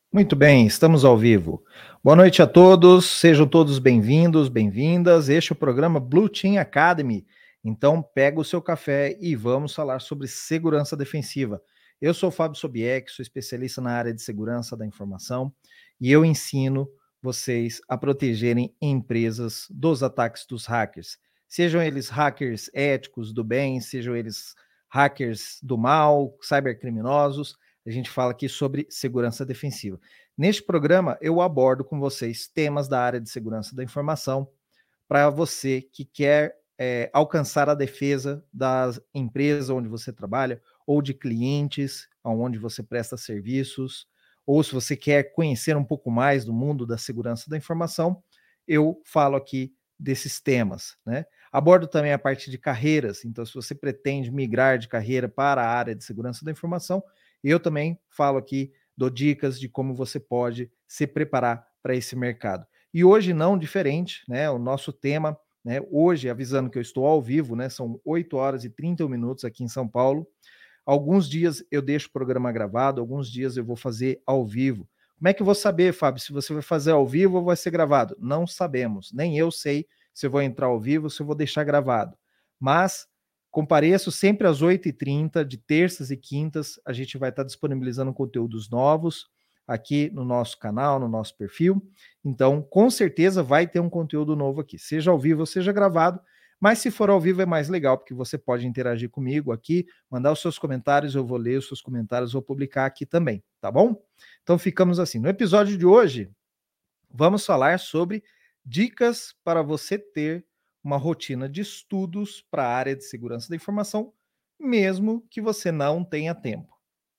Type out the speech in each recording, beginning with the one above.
Muito bem, estamos ao vivo. Boa noite a todos, sejam todos bem-vindos, bem-vindas. Este é o programa Blue Team Academy. Então, pega o seu café e vamos falar sobre segurança defensiva. Eu sou o Fábio Sobieck, sou especialista na área de segurança da informação e eu ensino vocês a protegerem empresas dos ataques dos hackers. Sejam eles hackers éticos do bem, sejam eles hackers do mal, cybercriminosos. A gente fala aqui sobre segurança defensiva. Neste programa, eu abordo com vocês temas da área de segurança da informação para você que quer alcançar a defesa da empresa onde você trabalha ou de clientes onde você presta serviços, ou se você quer conhecer um pouco mais do mundo da segurança da informação, eu falo aqui desses temas, né? Abordo também a parte de carreiras, então se você pretende migrar de carreira para a área de segurança da informação, eu também falo aqui, dou dicas de como você pode se preparar para esse mercado. E hoje não diferente, né? O nosso tema, né? Hoje, avisando que eu estou ao vivo, né? São 8 horas e 31 minutos aqui em São Paulo. Alguns dias eu deixo o programa gravado, alguns dias eu vou fazer ao vivo. Como é que eu vou saber, Fábio, se você vai fazer ao vivo ou vai ser gravado? Não sabemos, nem eu sei se eu vou entrar ao vivo ou se eu vou deixar gravado. Mas compareço sempre às 8h30, de terças e quintas, a gente vai estar disponibilizando conteúdos novos aqui no nosso canal, no nosso perfil. Então, com certeza vai ter um conteúdo novo aqui, seja ao vivo ou seja gravado, mas se for ao vivo é mais legal, porque você pode interagir comigo aqui, mandar os seus comentários, eu vou ler os seus comentários, vou publicar aqui também, tá bom? Então ficamos assim. No episódio de hoje, vamos falar sobre dicas para você ter uma rotina de estudos para a área de segurança da informação, mesmo que você não tenha tempo.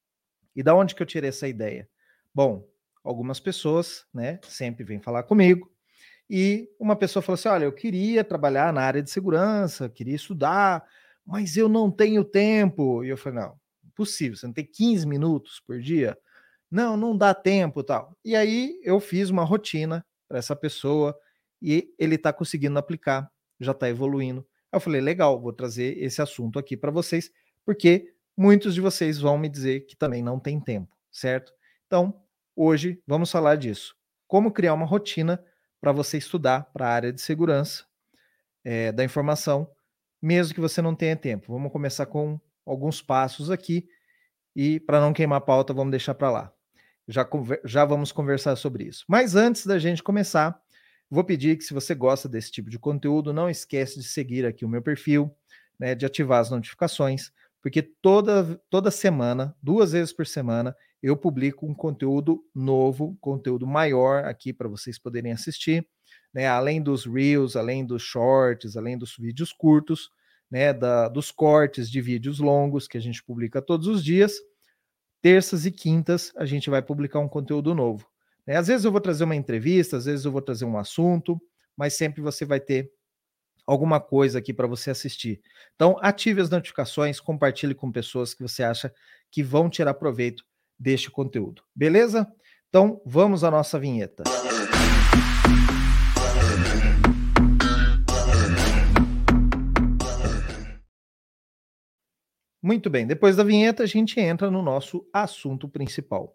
E da onde que eu tirei essa ideia? Bom, algumas pessoas, né, sempre vêm falar comigo, e uma pessoa falou assim: olha, eu queria trabalhar na área de segurança, queria estudar, mas eu não tenho tempo. E eu falei: não, impossível, você não tem 15 minutos por dia? Não, não dá tempo, tal. E aí eu fiz uma rotina para essa pessoa e ele está conseguindo aplicar, já está evoluindo. Aí eu falei: legal, vou trazer esse assunto aqui para vocês, porque muitos de vocês vão me dizer que também não tem tempo, certo? Então, hoje vamos falar disso. Como criar uma rotina para você estudar para a área de segurança da informação, mesmo que você não tenha tempo. Vamos começar com alguns passos aqui e, para não queimar a pauta, vamos deixar para lá. Já vamos conversar sobre isso. Mas antes da gente começar, vou pedir que, se você gosta desse tipo de conteúdo, não esquece de seguir aqui o meu perfil, né, de ativar as notificações, porque toda semana, 2 vezes por semana, eu publico um conteúdo novo, conteúdo maior aqui para vocês poderem assistir, né, além dos Reels, além dos Shorts, além dos vídeos curtos, né, dos cortes de vídeos longos que a gente publica todos os dias. Terças e quintas a gente vai publicar um conteúdo novo, né? Às vezes eu vou trazer uma entrevista, às vezes eu vou trazer um assunto, mas sempre você vai ter alguma coisa aqui para você assistir. Então, ative as notificações, compartilhe com pessoas que você acha que vão tirar proveito deste conteúdo. Beleza? Então, vamos à nossa vinheta. Muito bem, depois da vinheta a gente entra no nosso assunto principal.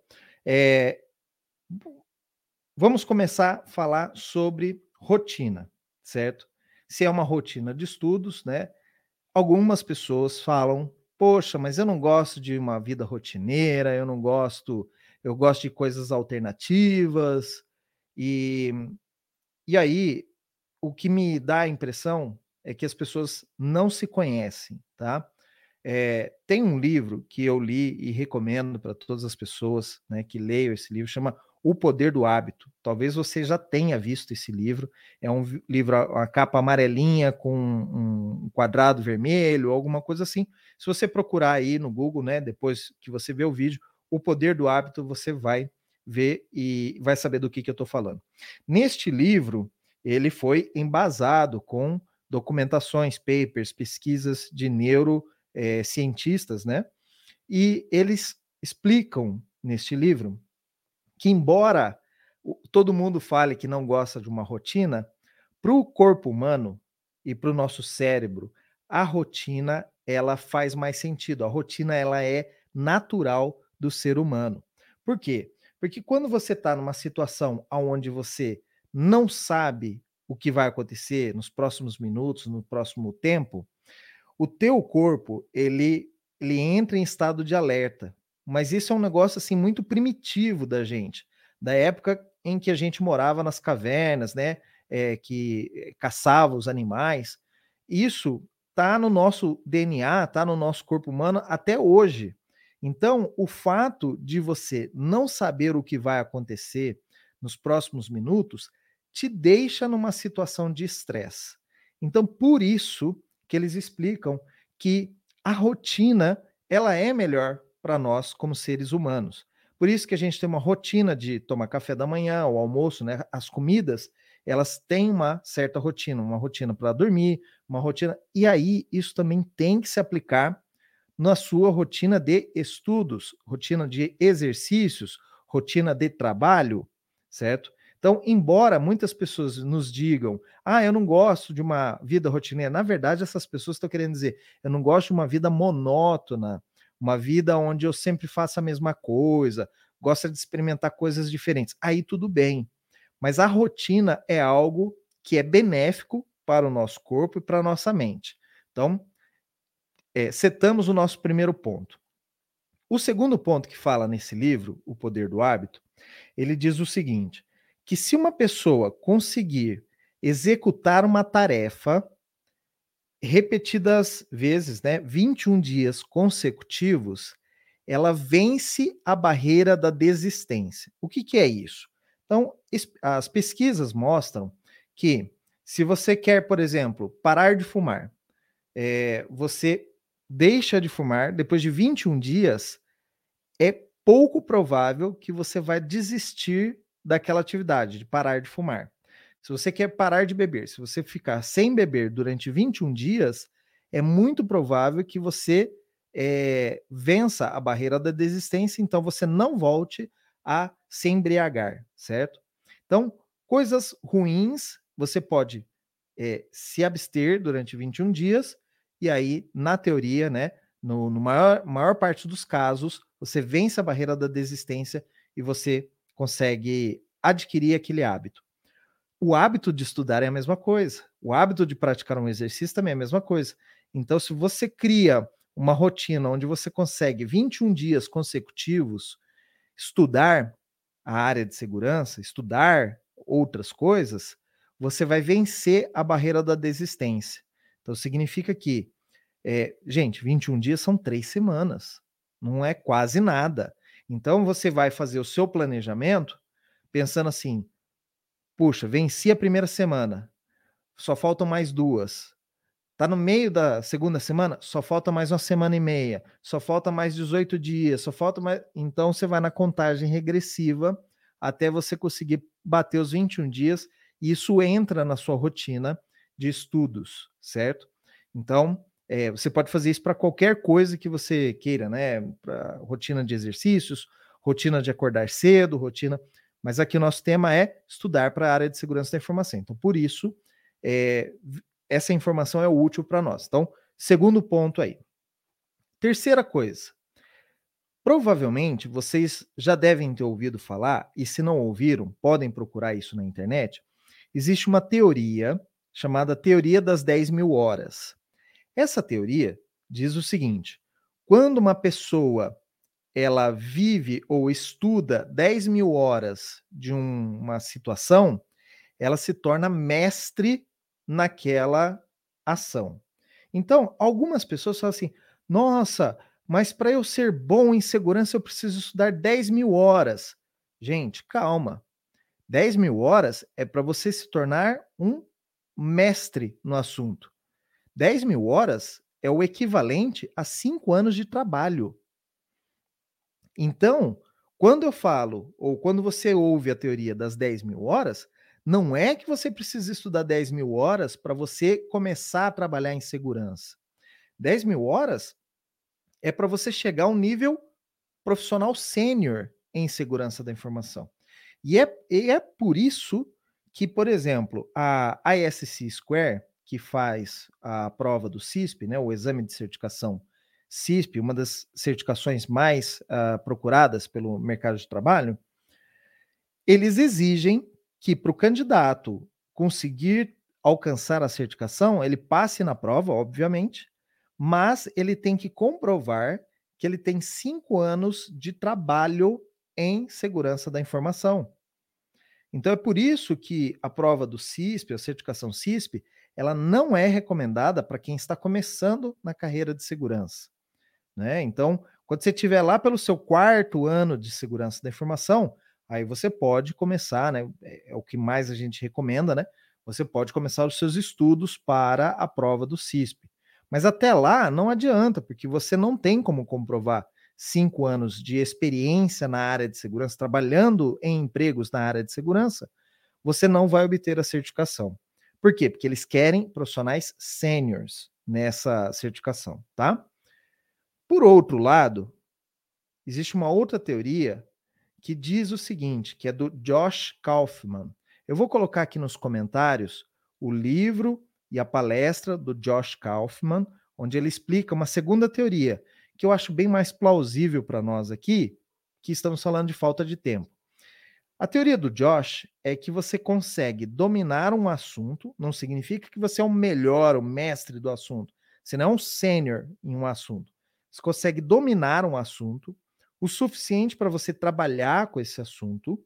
Vamos começar a falar sobre rotina, certo? Se é uma rotina de estudos, né? Algumas pessoas falam: poxa, mas eu não gosto de uma vida rotineira, eu gosto de coisas alternativas. E, e aí, o que me dá a impressão é que as pessoas não se conhecem, tá? Tem um livro que eu li e recomendo para todas as pessoas, né, que leiam esse livro, chama O Poder do Hábito. Talvez você já tenha visto esse livro. É um livro, a capa amarelinha com um quadrado vermelho, alguma coisa assim. Se você procurar aí no Google, né, depois que você vê o vídeo, O Poder do Hábito, você vai ver e vai saber do que eu estou falando. Neste livro, ele foi embasado com documentações, papers, pesquisas de cientistas, né? E eles explicam neste livro que, embora todo mundo fale que não gosta de uma rotina, para o corpo humano e para o nosso cérebro, a rotina ela faz mais sentido. A rotina ela é natural do ser humano. Por quê? Porque quando você está numa situação onde você não sabe o que vai acontecer nos próximos minutos, no próximo tempo, o teu corpo, ele entra em estado de alerta, mas isso é um negócio, assim, muito primitivo da gente, da época em que a gente morava nas cavernas, né, caçava os animais. Isso tá no nosso DNA, tá no nosso corpo humano até hoje. Então, o fato de você não saber o que vai acontecer nos próximos minutos, te deixa numa situação de estresse. Então, por isso que eles explicam que a rotina ela é melhor para nós como seres humanos. Por isso que a gente tem uma rotina de tomar café da manhã, o almoço, né? As comidas, elas têm uma certa rotina, uma rotina para dormir, uma rotina. E aí, isso também tem que se aplicar na sua rotina de estudos, rotina de exercícios, rotina de trabalho, certo? Então, embora muitas pessoas nos digam, eu não gosto de uma vida rotineira, na verdade, essas pessoas estão querendo dizer, eu não gosto de uma vida monótona, uma vida onde eu sempre faço a mesma coisa, gosto de experimentar coisas diferentes. Aí tudo bem, mas a rotina é algo que é benéfico para o nosso corpo e para a nossa mente. Então, setamos o nosso primeiro ponto. O segundo ponto que fala nesse livro, O Poder do Hábito, ele diz o seguinte: que se uma pessoa conseguir executar uma tarefa repetidas vezes, né, 21 dias consecutivos, ela vence a barreira da desistência. O que, que é isso? Então, as pesquisas mostram que se você quer, por exemplo, parar de fumar, você deixa de fumar, depois de 21 dias, é pouco provável que você vai desistir daquela atividade, de parar de fumar. Se você quer parar de beber, se você ficar sem beber durante 21 dias, é muito provável que você vença a barreira da desistência, então você não volte a se embriagar, certo? Então, coisas ruins, você pode se abster durante 21 dias, e aí, na teoria, né, no maior parte dos casos, você vence a barreira da desistência e você consegue adquirir aquele hábito. O hábito de estudar é a mesma coisa. O hábito de praticar um exercício também é a mesma coisa. Então, se você cria uma rotina onde você consegue 21 dias consecutivos estudar a área de segurança, estudar outras coisas, você vai vencer a barreira da desistência. Então, significa que gente, 21 dias são 3 semanas, não é quase nada. Então você vai fazer o seu planejamento pensando assim: "Puxa, venci a primeira semana, só faltam mais 2. Tá no meio da segunda semana, só falta mais 1 semana e meia, só falta mais 18 dias, só falta mais", então você vai na contagem regressiva até você conseguir bater os 21 dias, e isso entra na sua rotina de estudos, certo? Então, você pode fazer isso para qualquer coisa que você queira, né, pra rotina de exercícios, rotina de acordar cedo, rotina, mas aqui o nosso tema é estudar para a área de segurança da informação. Então, por isso, essa informação é útil para nós. Então, segundo ponto aí. Terceira coisa, provavelmente vocês já devem ter ouvido falar, e se não ouviram, podem procurar isso na internet. Existe uma teoria chamada Teoria das 10.000 horas. Essa teoria diz o seguinte: quando uma pessoa ela vive ou estuda 10.000 horas de uma situação, ela se torna mestre naquela ação. Então, algumas pessoas falam assim: nossa, mas para eu ser bom em segurança eu preciso estudar 10.000 horas. Gente, calma. 10.000 horas é para você se tornar um mestre no assunto. 10.000 horas é o equivalente a 5 anos de trabalho. Então, quando eu falo, ou quando você ouve a teoria das 10.000 horas, não é que você precisa estudar 10.000 horas para você começar a trabalhar em segurança. 10.000 horas é para você chegar a um nível profissional sênior em segurança da informação. E é por isso que, por exemplo, a ISC Square, que faz a prova do CISP, né, o exame de certificação CISP, uma das certificações mais procuradas pelo mercado de trabalho, Eles exigem que para o candidato conseguir alcançar a certificação, ele passe na prova, obviamente, mas ele tem que comprovar que ele tem 5 anos de trabalho em segurança da informação. Então é por isso que a prova do CISP, a certificação CISP, ela não é recomendada para quem está começando na carreira de segurança, né? Então, quando você estiver lá pelo seu 4º ano de segurança da informação, aí você pode começar, né? É o que mais a gente recomenda, né? Você pode começar os seus estudos para a prova do CISP. Mas até lá não adianta, porque você não tem como comprovar 5 anos de experiência na área de segurança, trabalhando em empregos na área de segurança, você não vai obter a certificação. Por quê? Porque eles querem profissionais sêniores nessa certificação, tá? Por outro lado, existe uma outra teoria que diz o seguinte, que é do Josh Kaufman. Eu vou colocar aqui nos comentários o livro e a palestra do Josh Kaufman, onde ele explica uma segunda teoria, que eu acho bem mais plausível para nós aqui, que estamos falando de falta de tempo. A teoria do Josh é que você consegue dominar um assunto, não significa que você é o melhor, o mestre do assunto. Você não é um sênior em um assunto. Você consegue dominar um assunto o suficiente para você trabalhar com esse assunto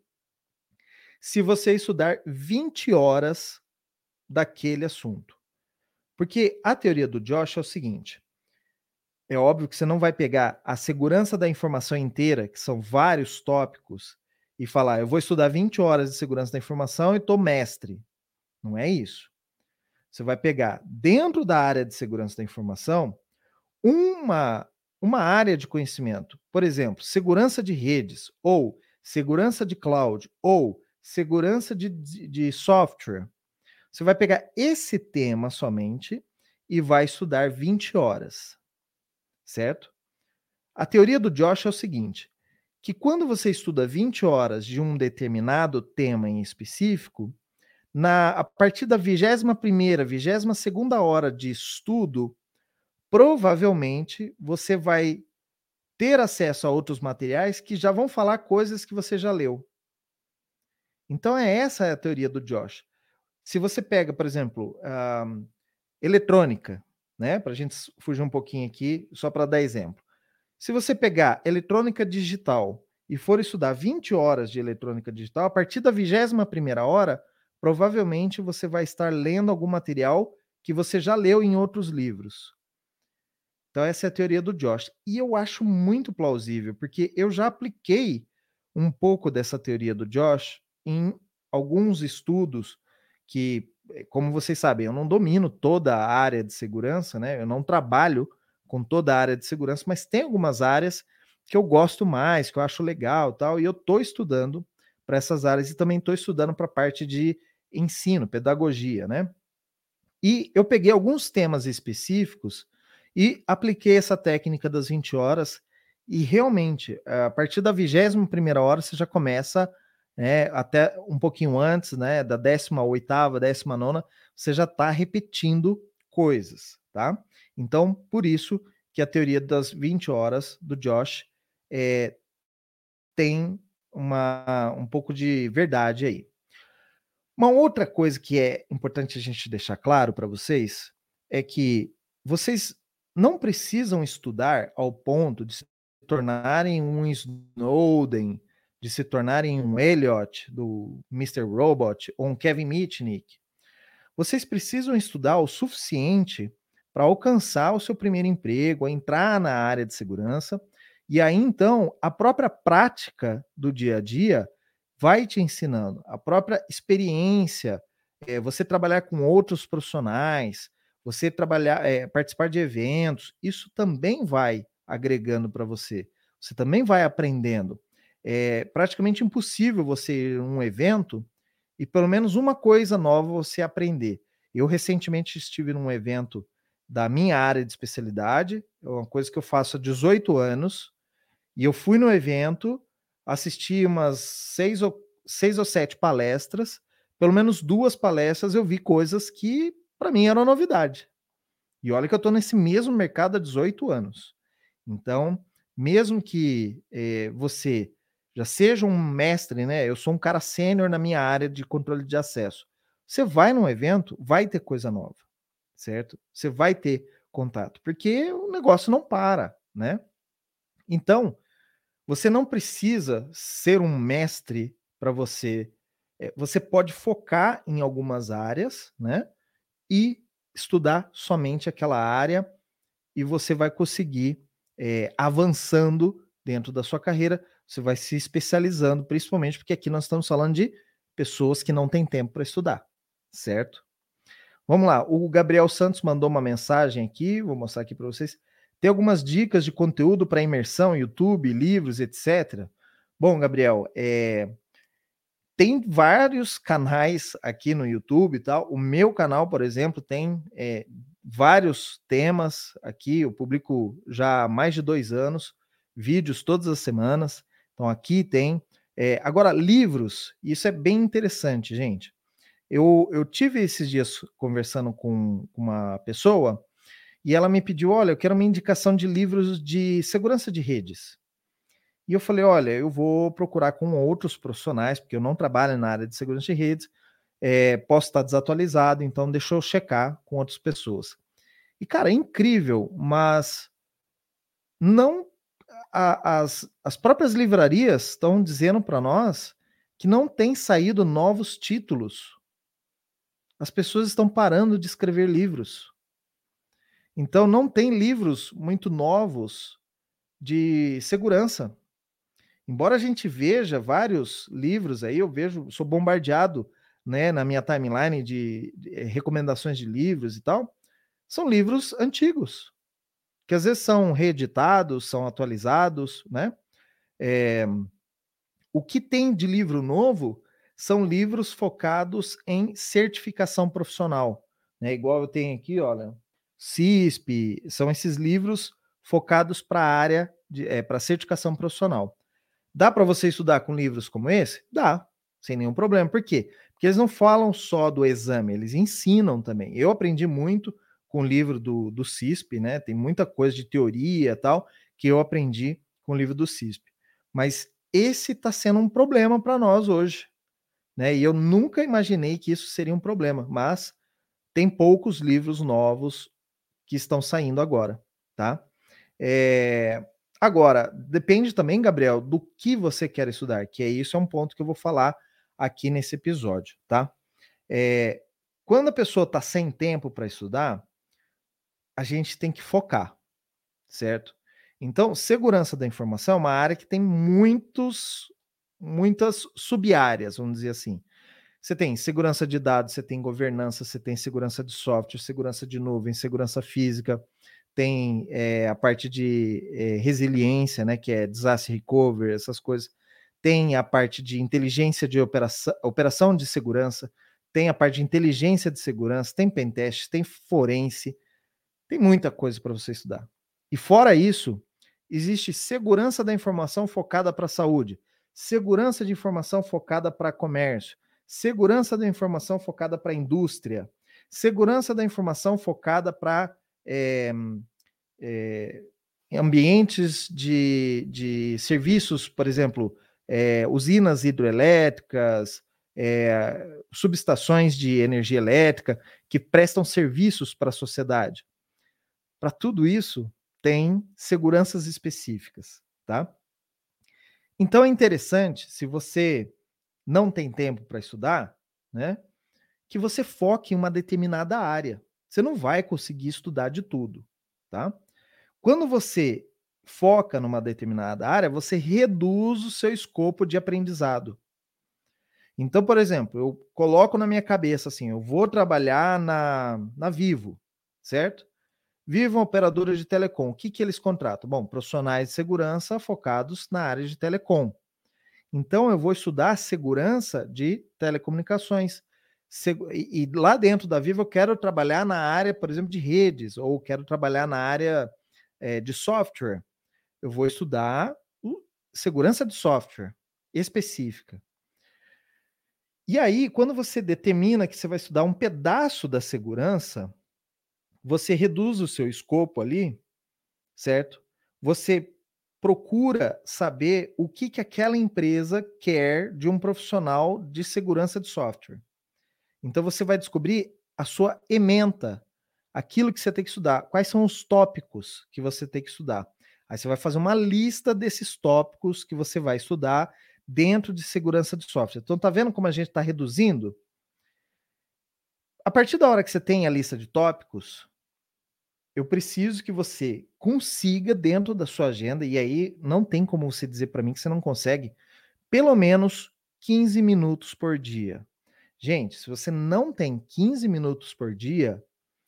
se você estudar 20 horas daquele assunto. Porque a teoria do Josh é o seguinte: é óbvio que você não vai pegar a segurança da informação inteira, que são vários tópicos, e falar, eu vou estudar 20 horas de segurança da informação e estou mestre. Não é isso. Você vai pegar, dentro da área de segurança da informação, uma, uma área de conhecimento. Por exemplo, segurança de redes, ou segurança de cloud, ou segurança de software. Você vai pegar esse tema somente e vai estudar 20 horas, certo? A teoria do Josh é o seguinte, que quando você estuda 20 horas de um determinado tema em específico, a partir da 21ª, 22ª hora de estudo, provavelmente você vai ter acesso a outros materiais que já vão falar coisas que você já leu. Então essa a teoria do Josh. Se você pega, por exemplo, eletrônica, né, para a gente fugir um pouquinho aqui, só para dar exemplo. Se você pegar eletrônica digital e for estudar 20 horas de eletrônica digital, a partir da 21ª hora, provavelmente você vai estar lendo algum material que você já leu em outros livros. Então essa é a teoria do Josh. E eu acho muito plausível, porque eu já apliquei um pouco dessa teoria do Josh em alguns estudos que, como vocês sabem, eu não domino toda a área de segurança, né? Eu não trabalho com toda a área de segurança, mas tem algumas áreas que eu gosto mais, que eu acho legal, tal, e eu estou estudando para essas áreas e também estou estudando para a parte de ensino, pedagogia, né? E eu peguei alguns temas específicos e apliquei essa técnica das 20 horas e realmente, a partir da 21ª hora você já começa, né, até um pouquinho antes, né, da 18ª, 19ª, você já está repetindo coisas, tá? Então, por isso que a teoria das 20 horas do Josh tem um pouco de verdade aí. Uma outra coisa que é importante a gente deixar claro para vocês é que vocês não precisam estudar ao ponto de se tornarem um Snowden, de se tornarem um Elliot do Mister Robot ou um Kevin Mitnick. Vocês precisam estudar o suficiente para alcançar o seu primeiro emprego, entrar na área de segurança, e aí então a própria prática do dia a dia vai te ensinando, a própria experiência, você trabalhar com outros profissionais, você trabalhar, participar de eventos, isso também vai agregando para você. Você também vai aprendendo. É praticamente impossível você ir a um evento e pelo menos uma coisa nova você aprender. Eu recentemente estive num evento da minha área de especialidade, é uma coisa que eu faço há 18 anos, e eu fui no evento, assisti umas 6 ou 7 palestras, pelo menos 2 palestras eu vi coisas que para mim eram novidade. E olha que eu estou nesse mesmo mercado há 18 anos. Então, mesmo que você já seja um mestre, né? Eu sou um cara sênior na minha área de controle de acesso. Você vai num evento, vai ter coisa nova, certo? Você vai ter contato, porque o negócio não para, né? Então, você não precisa ser um mestre para você. Você pode focar em algumas áreas, né? E estudar somente aquela área e você vai conseguir avançando dentro da sua carreira, você vai se especializando, principalmente porque aqui nós estamos falando de pessoas que não têm tempo para estudar, certo? Vamos lá, o Gabriel Santos mandou uma mensagem aqui, vou mostrar aqui para vocês. Tem algumas dicas de conteúdo para imersão, YouTube, livros, etc. Bom, Gabriel, tem vários canais aqui no YouTube e tal. O meu canal, por exemplo, tem vários temas aqui. Eu publico já há mais de 2 anos, vídeos todas as semanas. Então aqui tem. Agora, livros, isso é bem interessante, gente. Eu tive esses dias conversando com uma pessoa e ela me pediu: olha, eu quero uma indicação de livros de segurança de redes. E eu falei: olha, eu vou procurar com outros profissionais, porque eu não trabalho na área de segurança de redes, posso estar desatualizado, então deixa eu checar com outras pessoas. E, cara, é incrível, mas não. As próprias livrarias estão dizendo para nós que não tem saído novos títulos. As pessoas estão parando de escrever livros. Então, não tem livros muito novos de segurança. Embora a gente veja vários livros aí, eu vejo, sou bombardeado, né, na minha timeline de recomendações de livros e tal, são livros antigos, que às vezes são reeditados, são atualizados, né? É, o que tem de livro novo são livros focados em certificação profissional, né? Igual eu tenho aqui, olha, CISP, são esses livros focados para a área para certificação profissional. Dá para você estudar com livros como esse? Dá, sem nenhum problema. Por quê? Porque eles não falam só do exame, eles ensinam também. Eu aprendi muito com o livro do CISP, né? Tem muita coisa de teoria e tal que eu aprendi com o livro do CISP. Mas esse está sendo um problema para nós hoje, né? E eu nunca imaginei que isso seria um problema, mas tem poucos livros novos que estão saindo agora, tá? É, Agora, depende também, Gabriel, do que você quer estudar, que isso é um ponto que eu vou falar aqui nesse episódio, tá? É, Quando a pessoa está sem tempo para estudar, a gente tem que focar, certo? Então, segurança da informação é uma área que tem muitas sub-áreas, vamos dizer assim. Você tem segurança de dados, você tem governança, você tem segurança de software, segurança de nuvem, segurança física, tem a parte de resiliência, né, que é disaster recovery, essas coisas. Tem a parte de inteligência de operação de segurança, tem a parte de inteligência de segurança, tem pentest, tem forense, tem muita coisa para você estudar. E fora isso, existe segurança da informação focada para a saúde, segurança de informação focada para comércio, segurança da informação focada para a indústria, segurança da informação focada para ambientes de serviços, por exemplo, usinas hidroelétricas, subestações de energia elétrica que prestam serviços para a sociedade. Para tudo isso, tem seguranças específicas, tá? Então é interessante, se você não tem tempo para estudar, né, que você foque em uma determinada área. Você não vai conseguir estudar de tudo, tá? Quando você foca numa determinada área, você reduz o seu escopo de aprendizado. Então, por exemplo, eu coloco na minha cabeça assim, eu vou trabalhar na Vivo, certo? Vivo é uma operadora de telecom. O que eles contratam? Bom, profissionais de segurança focados na área de telecom. Então, eu vou estudar segurança de telecomunicações. E lá dentro da Vivo, eu quero trabalhar na área, por exemplo, de redes, ou quero trabalhar na área de software. Eu vou estudar segurança de software específica. E aí, quando você determina que você vai estudar um pedaço da segurança, você reduz o seu escopo ali, certo? Você procura saber o que aquela empresa quer de um profissional de segurança de software. Então você vai descobrir a sua ementa, aquilo que você tem que estudar, quais são os tópicos que você tem que estudar. Aí você vai fazer uma lista desses tópicos que você vai estudar dentro de segurança de software. Então tá vendo como a gente está reduzindo? A partir da hora que você tem a lista de tópicos, eu preciso que você consiga dentro da sua agenda, e aí não tem como você dizer para mim que você não consegue, pelo menos 15 minutos por dia. Gente, se você não tem 15 minutos por dia,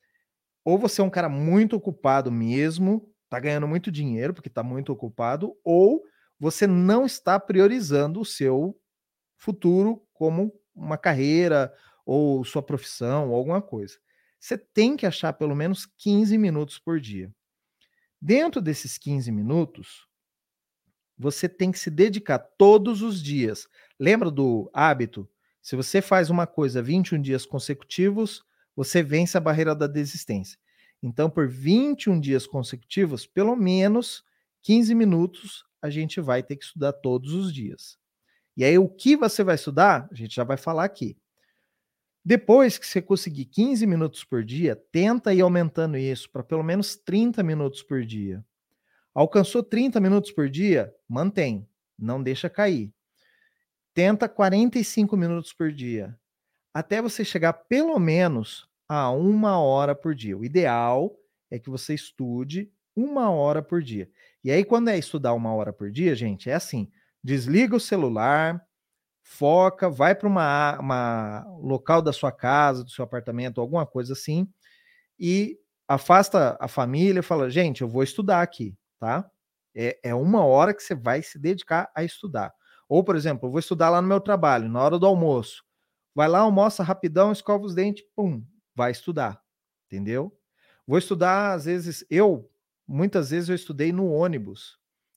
ou você é um cara muito ocupado mesmo, tá ganhando muito dinheiro porque tá muito ocupado, ou você não está priorizando o seu futuro como uma carreira ou sua profissão ou alguma coisa. Você tem que achar pelo menos 15 minutos por dia. Dentro desses 15 minutos, você tem que se dedicar todos os dias. Lembra do hábito? Se você faz uma coisa 21 dias consecutivos, você vence a barreira da desistência. Então, por 21 dias consecutivos, pelo menos 15 minutos a gente vai ter que estudar todos os dias. E aí, o que você vai estudar? A gente já vai falar aqui. Depois que você conseguir 15 minutos por dia, tenta ir aumentando isso para pelo menos 30 minutos por dia. Alcançou 30 minutos por dia? Mantém, não deixa cair. Tenta 45 minutos por dia, até você chegar pelo menos a 1 hora por dia. O ideal é que você estude 1 hora por dia. E aí, quando é estudar 1 hora por dia, gente, é assim: desliga o celular, foca, vai para uma local da sua casa, do seu apartamento, alguma coisa assim, e afasta a família e fala: gente, eu vou estudar aqui, tá? É 1 hora que você vai se dedicar a estudar. Ou, por exemplo, eu vou estudar lá no meu trabalho, na hora do almoço. Vai lá, almoça rapidão, escova os dentes, pum, vai estudar, entendeu? Vou estudar, às vezes, muitas vezes eu estudei no ônibus.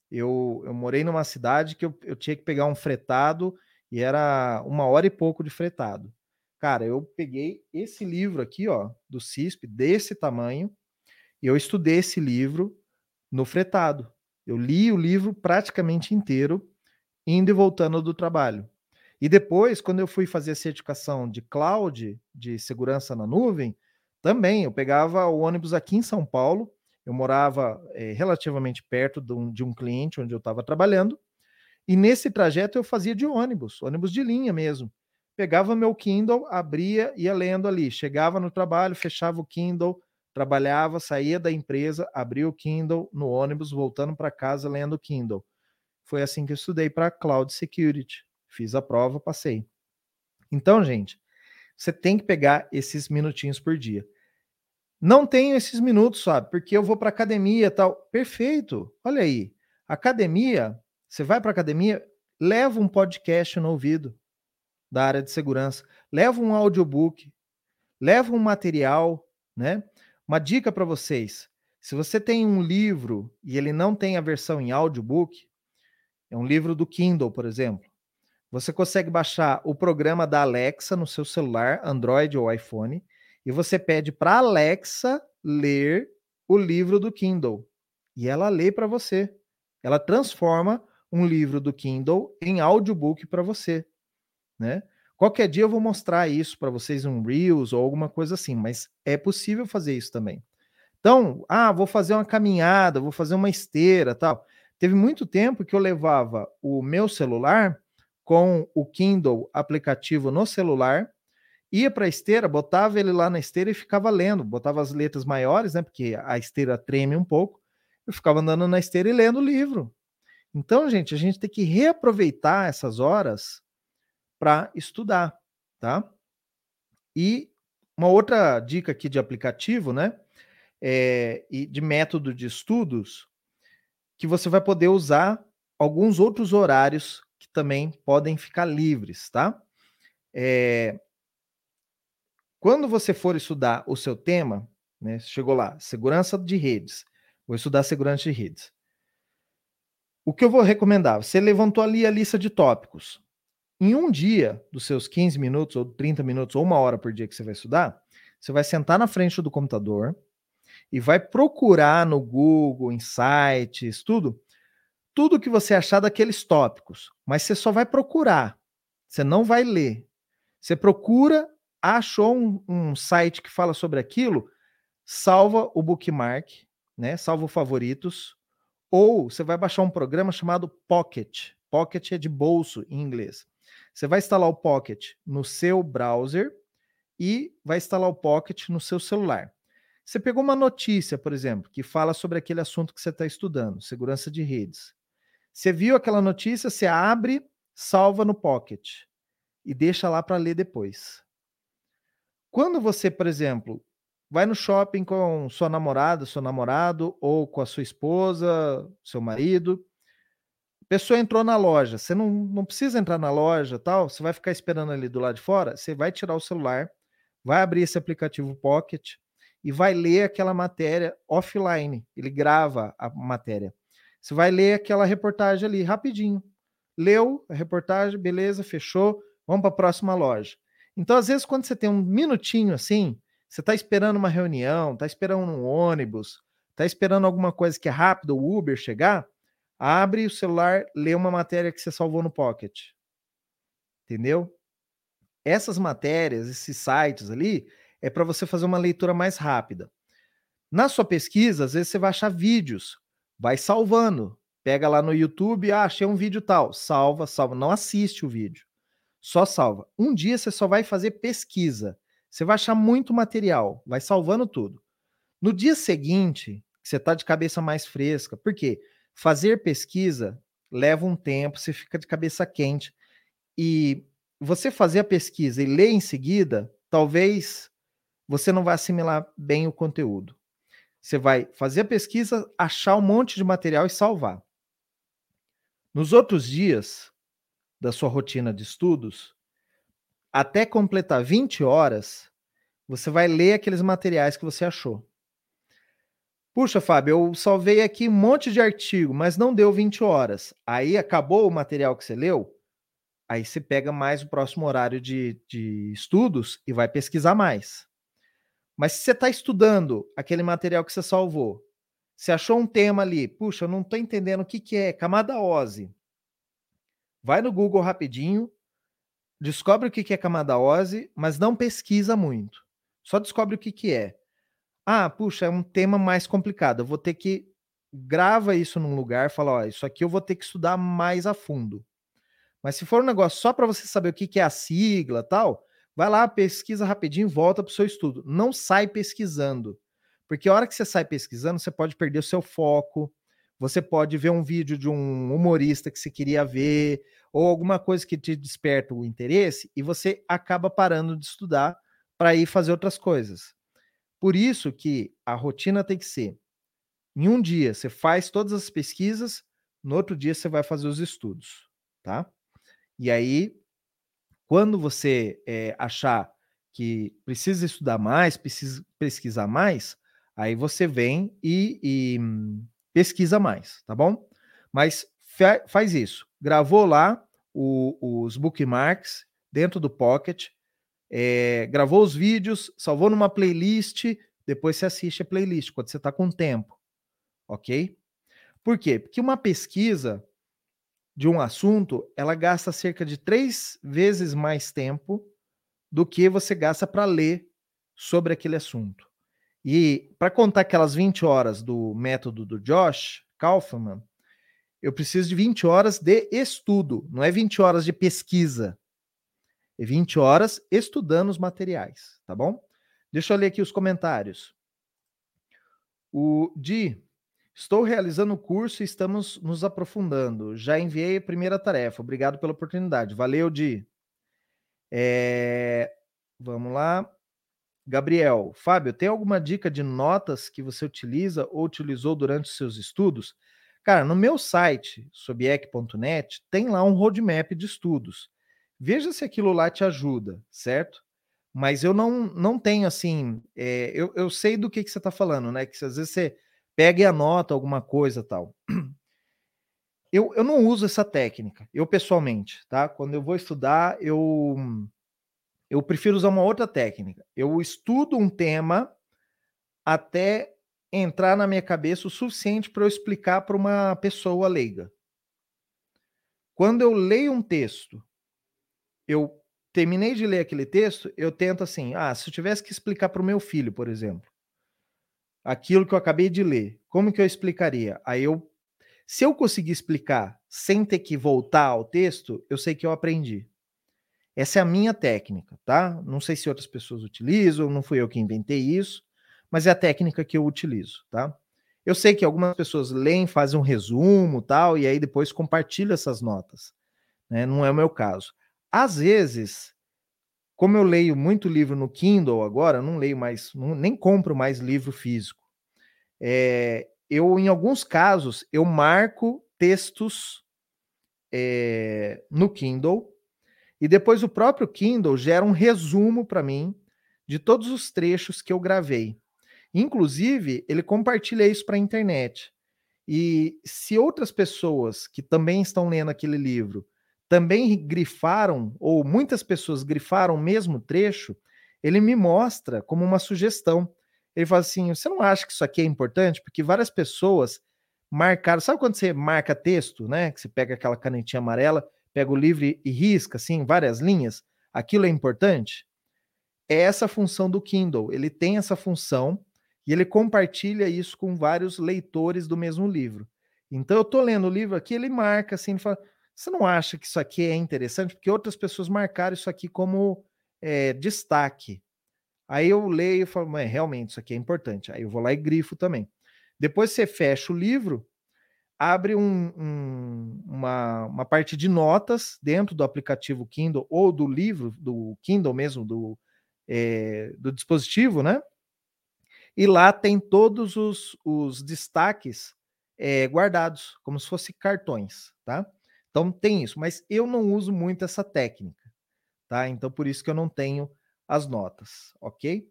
Eu morei numa cidade que eu tinha que pegar um fretado e era 1 hora e pouco de fretado. Cara, eu peguei esse livro aqui, ó, do CISP, desse tamanho, e eu estudei esse livro no fretado. Eu li o livro praticamente inteiro, indo e voltando do trabalho. E depois, quando eu fui fazer a certificação de cloud, de segurança na nuvem, também eu pegava o ônibus aqui em São Paulo, eu morava relativamente perto de um cliente onde eu estava trabalhando, e nesse trajeto eu fazia de ônibus de linha mesmo. Pegava meu Kindle, abria, ia lendo ali. Chegava no trabalho, fechava o Kindle, trabalhava, saía da empresa, abria o Kindle no ônibus, voltando para casa lendo o Kindle. Foi assim que eu estudei para Cloud Security. Fiz a prova, passei. Então, gente, você tem que pegar esses minutinhos por dia. Não tenho esses minutos, sabe? Porque eu vou para academia e tal. Perfeito. Olha aí. Academia, você vai para academia, leva um podcast no ouvido da área de segurança, leva um audiobook, leva um material, né? Uma dica para vocês: se você tem um livro e ele não tem a versão em audiobook, é um livro do Kindle, por exemplo, você consegue baixar o programa da Alexa no seu celular, Android ou iPhone, e você pede para a Alexa ler o livro do Kindle. E ela lê para você. Ela transforma um livro do Kindle em audiobook para você, né? Qualquer dia eu vou mostrar isso para vocês, um Reels ou alguma coisa assim, mas é possível fazer isso também. Então, vou fazer uma caminhada, vou fazer uma esteira, tal. Teve muito tempo que eu levava o meu celular com o Kindle aplicativo no celular, ia para a esteira, botava ele lá na esteira e ficava lendo, botava as letras maiores, né, porque a esteira treme um pouco. Eu ficava andando na esteira e lendo o livro. Então, gente, a gente tem que reaproveitar essas horas para estudar, tá? E uma outra dica aqui de aplicativo, né? E de método de estudos, que você vai poder usar alguns outros horários que também podem ficar livres, tá? Quando você for estudar o seu tema, né? Chegou lá, segurança de redes. Vou estudar segurança de redes. O que eu vou recomendar? Você levantou ali a lista de tópicos. Em um dia, dos seus 15 minutos, ou 30 minutos, ou 1 hora por dia que você vai estudar, você vai sentar na frente do computador e vai procurar no Google, em sites, tudo, tudo que você achar daqueles tópicos, mas você só vai procurar, você não vai ler. Você procura, achou um site que fala sobre aquilo, salva o bookmark, né? Salva o favoritos, ou você vai baixar um programa chamado Pocket. Pocket é de bolso em inglês. Você vai instalar o Pocket no seu browser e vai instalar o Pocket no seu celular. Você pegou uma notícia, por exemplo, que fala sobre aquele assunto que você está estudando, segurança de redes. Você viu aquela notícia, você abre, salva no Pocket e deixa lá para ler depois. Quando você, por exemplo, vai no shopping com sua namorada, seu namorado, ou com a sua esposa, seu marido, a pessoa entrou na loja, você não precisa entrar na loja, tal, você vai ficar esperando ali do lado de fora, você vai tirar o celular, vai abrir esse aplicativo Pocket e vai ler aquela matéria offline, ele grava a matéria. Você vai ler aquela reportagem ali rapidinho. Leu a reportagem, beleza, fechou, vamos para a próxima loja. Então, às vezes, quando você tem um minutinho assim, você está esperando uma reunião, está esperando um ônibus, está esperando alguma coisa que é rápido, o Uber chegar, abre o celular, lê uma matéria que você salvou no Pocket. Entendeu? Essas matérias, esses sites ali, é para você fazer uma leitura mais rápida. Na sua pesquisa, às vezes você vai achar vídeos, vai salvando. Pega lá no YouTube, achei um vídeo tal, salva, salva, não assiste o vídeo, só salva. Um dia você só vai fazer pesquisa, você vai achar muito material, vai salvando tudo. No dia seguinte, você está de cabeça mais fresca, por quê? Fazer pesquisa leva um tempo, você fica de cabeça quente, e você fazer a pesquisa e ler em seguida, talvez você não vai assimilar bem o conteúdo. Você vai fazer a pesquisa, achar um monte de material e salvar. Nos outros dias da sua rotina de estudos, até completar 20 horas, você vai ler aqueles materiais que você achou. Puxa, Fábio, eu salvei aqui um monte de artigo, mas não deu 20 horas. Aí acabou o material que você leu, aí você pega mais o próximo horário de estudos e vai pesquisar mais. Mas se você está estudando aquele material que você salvou, você achou um tema ali, puxa, eu não estou entendendo o que é camada OSI. Vai no Google rapidinho, descobre o que é camada OSI, mas não pesquisa muito. Só descobre o que é. Ah, puxa, é um tema mais complicado. Eu vou ter que grava isso num lugar, fala, ó, isso aqui eu vou ter que estudar mais a fundo. Mas se for um negócio só para você saber o que é a sigla, tal, vai lá, pesquisa rapidinho, volta para o seu estudo. Não sai pesquisando. Porque a hora que você sai pesquisando, você pode perder o seu foco, você pode ver um vídeo de um humorista que você queria ver, ou alguma coisa que te desperta o interesse, e você acaba parando de estudar para ir fazer outras coisas. Por isso que a rotina tem que ser, em um dia você faz todas as pesquisas, no outro dia você vai fazer os estudos, tá? E aí, quando você achar que precisa estudar mais, precisa pesquisar mais, aí você vem e pesquisa mais, tá bom? Mas faz isso. Gravou lá os bookmarks dentro do Pocket, gravou os vídeos, salvou numa playlist, depois você assiste a playlist quando você está com tempo, ok? Por quê? Porque uma pesquisa de um assunto, ela gasta cerca de 3 vezes mais tempo do que você gasta para ler sobre aquele assunto. E para contar aquelas 20 horas do método do Josh Kaufman, eu preciso de 20 horas de estudo, não é 20 horas de pesquisa. É 20 horas estudando os materiais, tá bom? Deixa eu ler aqui os comentários. O Di, estou realizando o curso e estamos nos aprofundando. Já enviei a primeira tarefa. Obrigado pela oportunidade. Valeu, Di. Vamos lá. Gabriel, Fábio, tem alguma dica de notas que você utiliza ou utilizou durante os seus estudos? Cara, no meu site, sobiec.net, tem lá um roadmap de estudos. Veja se aquilo lá te ajuda, certo? Mas eu não tenho assim. Eu sei do que você está falando, né? Que às vezes você pega e anota alguma coisa tal. Eu não uso essa técnica, eu pessoalmente, tá? Quando eu vou estudar, eu prefiro usar uma outra técnica. Eu estudo um tema até entrar na minha cabeça o suficiente para eu explicar para uma pessoa leiga, Quando eu leio um texto, eu terminei de ler aquele texto, eu tento assim, se eu tivesse que explicar para o meu filho, por exemplo, aquilo que eu acabei de ler, como que eu explicaria? Se eu conseguir explicar sem ter que voltar ao texto, eu sei que eu aprendi. Essa é a minha técnica, tá? Não sei se outras pessoas utilizam, não fui eu que inventei isso, mas é a técnica que eu utilizo, tá? Eu sei que algumas pessoas leem, fazem um resumo, tal, e aí depois compartilham essas notas, né? Não é o meu caso. Às vezes, como eu leio muito livro no Kindle agora, não leio mais, nem compro mais livro físico. Eu, em alguns casos, eu marco textos no Kindle e depois o próprio Kindle gera um resumo para mim de todos os trechos que eu gravei. Inclusive, ele compartilha isso para a internet. E se outras pessoas que também estão lendo aquele livro também grifaram, ou muitas pessoas grifaram o mesmo trecho, ele me mostra como uma sugestão. Ele fala assim: você não acha que isso aqui é importante? Porque várias pessoas marcaram. Sabe quando você marca texto, né? Que você pega aquela canetinha amarela, pega o livro e risca, assim, várias linhas? Aquilo é importante? É essa função do Kindle. Ele tem essa função e ele compartilha isso com vários leitores do mesmo livro. Então eu estou lendo o livro aqui, ele marca assim, ele fala: você não acha que isso aqui é interessante? Porque outras pessoas marcaram isso aqui como destaque. Aí eu leio e falo: mas realmente isso aqui é importante. Aí eu vou lá e grifo também. Depois você fecha o livro, abre uma parte de notas dentro do aplicativo Kindle ou do livro, do Kindle mesmo, do dispositivo, né? E lá tem todos os destaques guardados, como se fossem cartões, tá? Então tem isso, mas eu não uso muito essa técnica, tá? Então por isso que eu não tenho as notas, ok?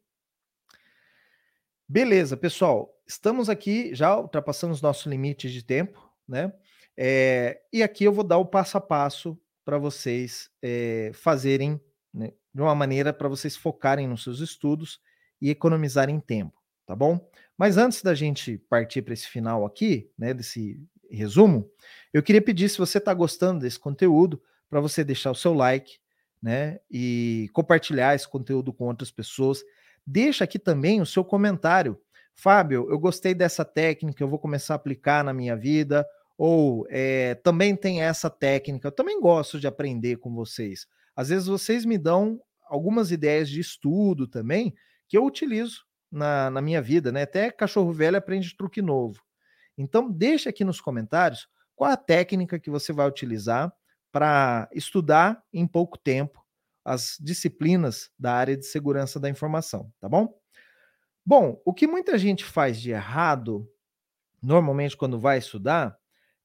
Beleza, pessoal. Estamos aqui, já ultrapassamos os nossos limites de tempo, né? E aqui eu vou dar o passo a passo para vocês fazerem, né, de uma maneira para vocês focarem nos seus estudos e economizarem tempo, tá bom? Mas antes da gente partir para esse final aqui, né, desse resumo, eu queria pedir, se você está gostando desse conteúdo, para você deixar o seu like, né, e compartilhar esse conteúdo com outras pessoas. Deixa aqui também o seu comentário. Fábio, eu gostei dessa técnica, eu vou começar a aplicar na minha vida. Ou também tem essa técnica. Eu também gosto de aprender com vocês. Às vezes vocês me dão algumas ideias de estudo também que eu utilizo na minha vida, né? Até cachorro velho aprende truque novo. Então, deixa aqui nos comentários qual a técnica que você vai utilizar para estudar em pouco tempo as disciplinas da área de segurança da informação, tá bom? Bom, o que muita gente faz de errado, normalmente quando vai estudar,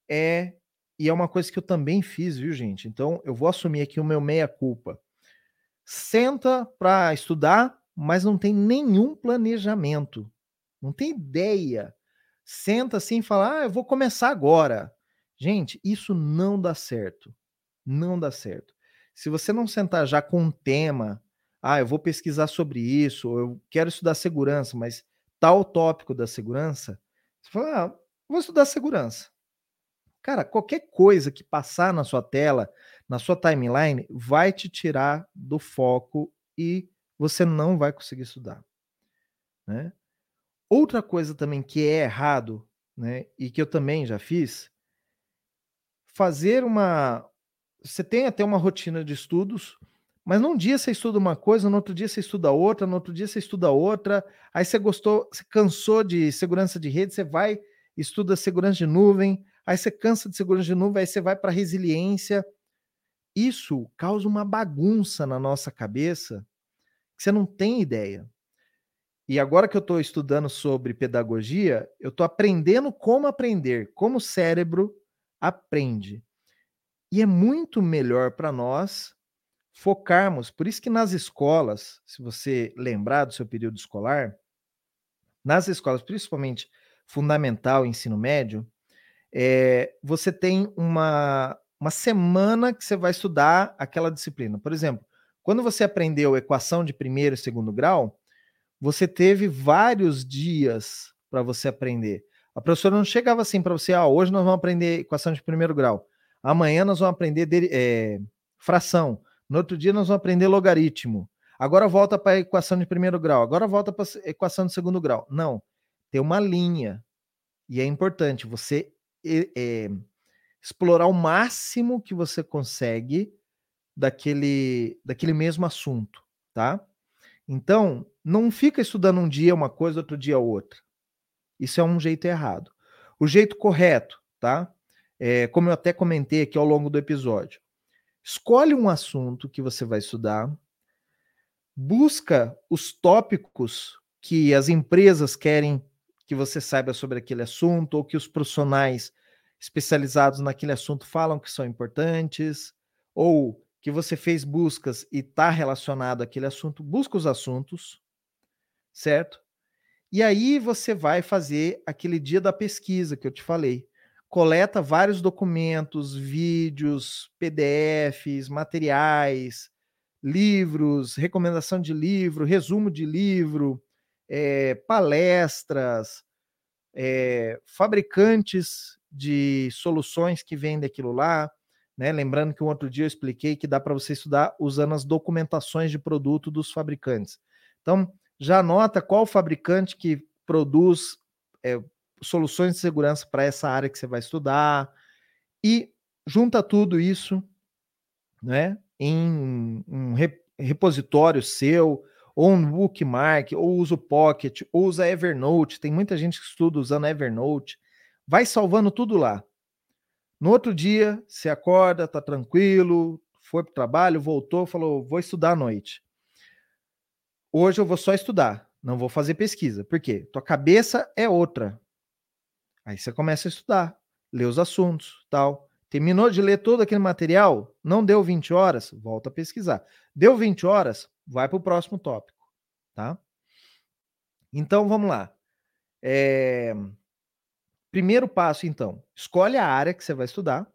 e é uma coisa que eu também fiz, viu, gente? Então, eu vou assumir aqui o meu meia-culpa. Senta para estudar, mas não tem nenhum planejamento, não tem ideia. Senta assim e fala: eu vou começar agora. Gente, isso não dá certo. Não dá certo. Se você não sentar já com um tema, eu vou pesquisar sobre isso, ou eu quero estudar segurança, mas tal tópico da segurança, você fala: vou estudar segurança. Cara, qualquer coisa que passar na sua tela, na sua timeline, vai te tirar do foco e você não vai conseguir estudar, né? Outra coisa também que é errado, né, e que eu também já fiz, fazer uma você tem até uma rotina de estudos, mas num dia você estuda uma coisa, no outro dia você estuda outra, no outro dia você estuda outra, aí você cansou de segurança de rede, você vai, estuda segurança de nuvem, aí você cansa de segurança de nuvem, aí você vai para resiliência. Isso causa uma bagunça na nossa cabeça que você não tem ideia. E agora que eu estou estudando sobre pedagogia, eu estou aprendendo como aprender, como o cérebro aprende. E é muito melhor para nós focarmos. Por isso que nas escolas, se você lembrar do seu período escolar, nas escolas, principalmente fundamental e ensino médio, você tem uma semana que você vai estudar aquela disciplina. Por exemplo, quando você aprendeu equação de primeiro e segundo grau, você teve vários dias para você aprender. A professora não chegava assim para você: hoje nós vamos aprender equação de primeiro grau. Amanhã nós vamos aprender fração. No outro dia nós vamos aprender logaritmo. Agora volta para a equação de primeiro grau. Agora volta para a equação de segundo grau. Não. Tem uma linha. E é importante você explorar o máximo que você consegue daquele mesmo assunto, tá? Então, não fica estudando um dia uma coisa, outro dia outra. Isso é um jeito errado. O jeito correto, tá? Como eu até comentei aqui ao longo do episódio. Escolhe um assunto que você vai estudar, busca os tópicos que as empresas querem que você saiba sobre aquele assunto, ou que os profissionais especializados naquele assunto falam que são importantes, ou que você fez buscas e está relacionado àquele assunto, busca os assuntos, certo? E aí você vai fazer aquele dia da pesquisa que eu te falei. Coleta vários documentos, vídeos, PDFs, materiais, livros, recomendação de livro, resumo de livro, palestras, fabricantes de soluções que vendem aquilo lá, né? Lembrando que um outro dia eu expliquei que dá para você estudar usando as documentações de produto dos fabricantes. Então, já anota qual fabricante que produz soluções de segurança para essa área que você vai estudar e junta tudo isso, né, em um repositório seu, ou um bookmark, ou usa o Pocket, ou usa Evernote. Tem muita gente que estuda usando Evernote. Vai salvando tudo lá. No outro dia, você acorda, tá tranquilo, foi pro trabalho, voltou, falou, vou estudar à noite. Hoje eu vou só estudar, não vou fazer pesquisa. Por quê? Tua cabeça é outra. Aí você começa a estudar, lê os assuntos, tal. Terminou de ler todo aquele material, não deu 20 horas, volta a pesquisar. Deu 20 horas, vai para o próximo tópico, tá? Então vamos lá. Primeiro passo, então, escolhe a área que você vai estudar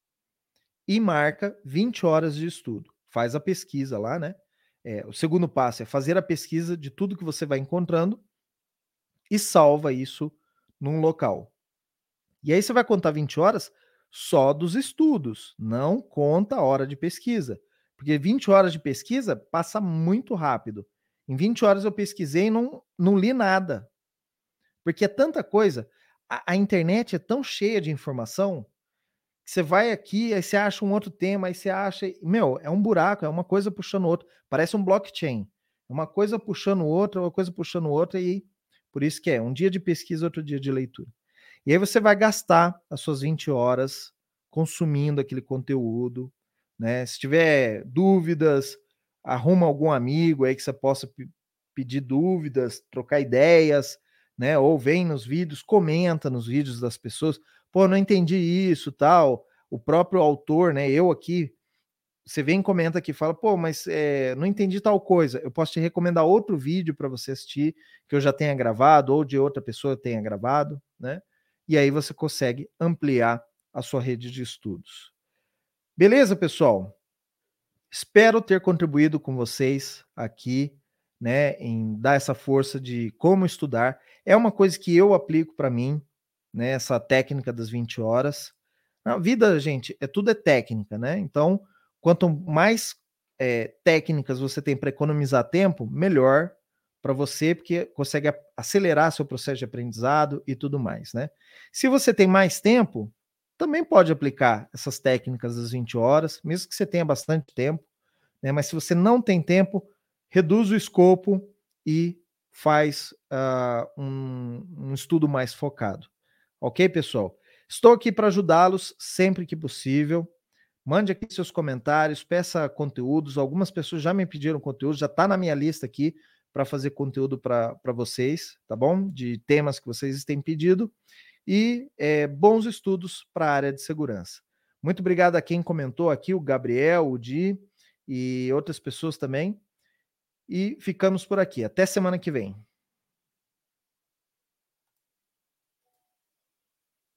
e marca 20 horas de estudo. Faz a pesquisa lá, né? O segundo passo é fazer a pesquisa de tudo que você vai encontrando e salva isso num local. E aí você vai contar 20 horas só dos estudos, não conta a hora de pesquisa. Porque 20 horas de pesquisa passa muito rápido. Em 20 horas eu pesquisei e não li nada. Porque é tanta coisa. A internet é tão cheia de informação que você vai aqui, aí você acha um outro tema, aí você acha. Meu, é um buraco, é uma coisa puxando outra. Parece um blockchain. Uma coisa puxando outra, uma coisa puxando outra, e por isso que é um dia de pesquisa, outro dia de leitura. E aí você vai gastar as suas 20 horas consumindo aquele conteúdo, né? Se tiver dúvidas, arruma algum amigo aí que você possa pedir dúvidas, trocar ideias, né? Ou vem nos vídeos, comenta nos vídeos das pessoas, pô, não entendi isso, tal. O próprio autor, né? Eu aqui, você vem e comenta aqui, fala, pô, mas não entendi tal coisa. Eu posso te recomendar outro vídeo para você assistir que eu já tenha gravado ou de outra pessoa tenha gravado, né? E aí você consegue ampliar a sua rede de estudos. Beleza, pessoal? Espero ter contribuído com vocês aqui, né, em dar essa força de como estudar. É uma coisa que eu aplico para mim, né, essa técnica das 20 horas. Na vida, gente, tudo é técnica, né? Então, quanto mais técnicas você tem para economizar tempo, melhor para você, porque consegue acelerar seu processo de aprendizado e tudo mais, né? Se você tem mais tempo, também pode aplicar essas técnicas das 20 horas, mesmo que você tenha bastante tempo, né? Mas se você não tem tempo, reduz o escopo e faz um estudo mais focado. Ok, pessoal? Estou aqui para ajudá-los sempre que possível. Mande aqui seus comentários, peça conteúdos. Algumas pessoas já me pediram conteúdo, já está na minha lista aqui para fazer conteúdo para vocês, tá bom? De temas que vocês têm pedido. E bons estudos para a área de segurança. Muito obrigado a quem comentou aqui, o Gabriel, o Di e outras pessoas também. E ficamos por aqui. Até semana que vem.